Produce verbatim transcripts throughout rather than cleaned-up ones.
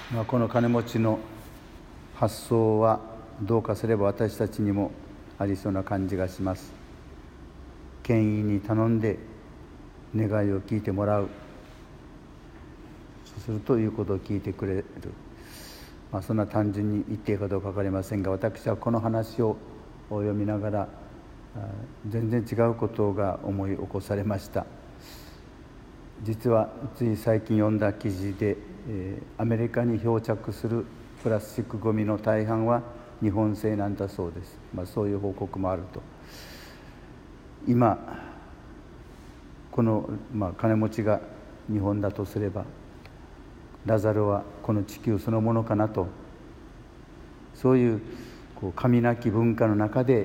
まあ、この金持ちの発想はどうかすれば私たちにもありそうな感じがします。権威に頼んで願いを聞いてもらう、そうするということを聞いてくれる、まあ、そんな単純に言っていいかどうか分かりませんが、私はこの話を読みながら全然違うことが思い起こされました。実はつい最近読んだ記事で、えー、アメリカに漂着するプラスチックごみの大半は日本製なんだそうです。まあ、そういう報告もあると。今この、まあ、金持ちが日本だとすれば、ラザロはこの地球そのものかなと、そういうこう神なき文化の中で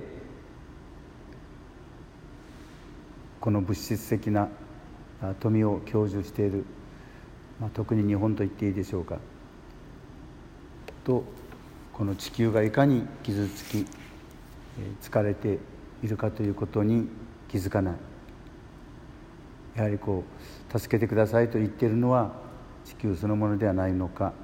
この物質的な富を享受している、まあ、特に日本と言っていいでしょうかと、この地球がいかに傷つき疲れているかということに気づかない。やはりこう助けてくださいと言っているのは地球そのものではないのか、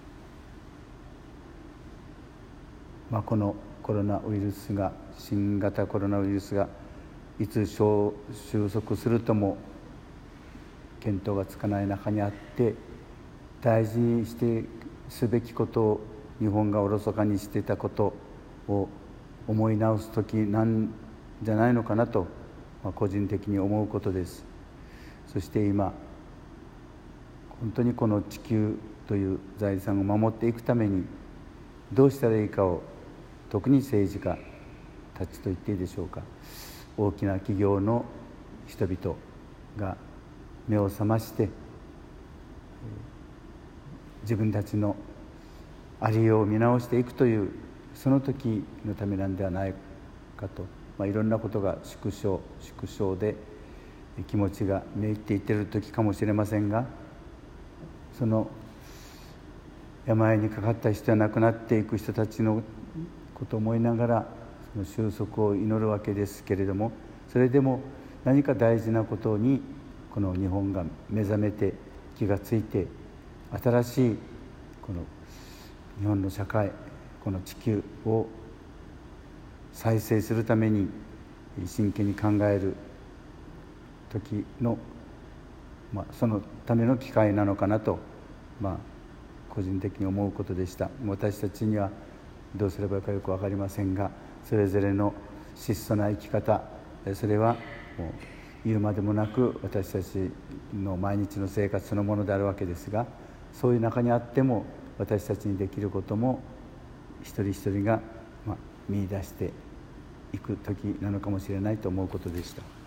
まあ、このコロナウイルスが新型コロナウイルスがいつ収束するとも見当がつかない中にあって、大事にしてすべきことを日本がおろそかにしていたことを思い直す時なんじゃないのかなと、まあ、個人的に思うことです。そして今本当にこの地球という財産を守っていくためにどうしたらいいかを、特に政治家たちと言っていいでしょうか、大きな企業の人々が目を覚まして自分たちのありようを見直していくという、その時のためなんではないかと、まあ、いろんなことが縮小縮小で気持ちがめいっていっている時かもしれませんが、その病にかかった人や亡くなっていく人たちのことを思いながらその収束を祈るわけですけれども、それでも何か大事なことにこの日本が目覚めて気がついて、新しいこの日本の社会、この地球を再生するために真剣に考える時の、まあ、そのための機会なのかなと、まあ、個人的に思うことでした。私たちにはどうすればよかよく分かりませんが、それぞれの質素な生き方、それはもう言うまでもなく私たちの毎日の生活そのものであるわけですが、そういう中にあっても私たちにできることも一人一人が、まあ、見出していく時なのかもしれないと思うことでした。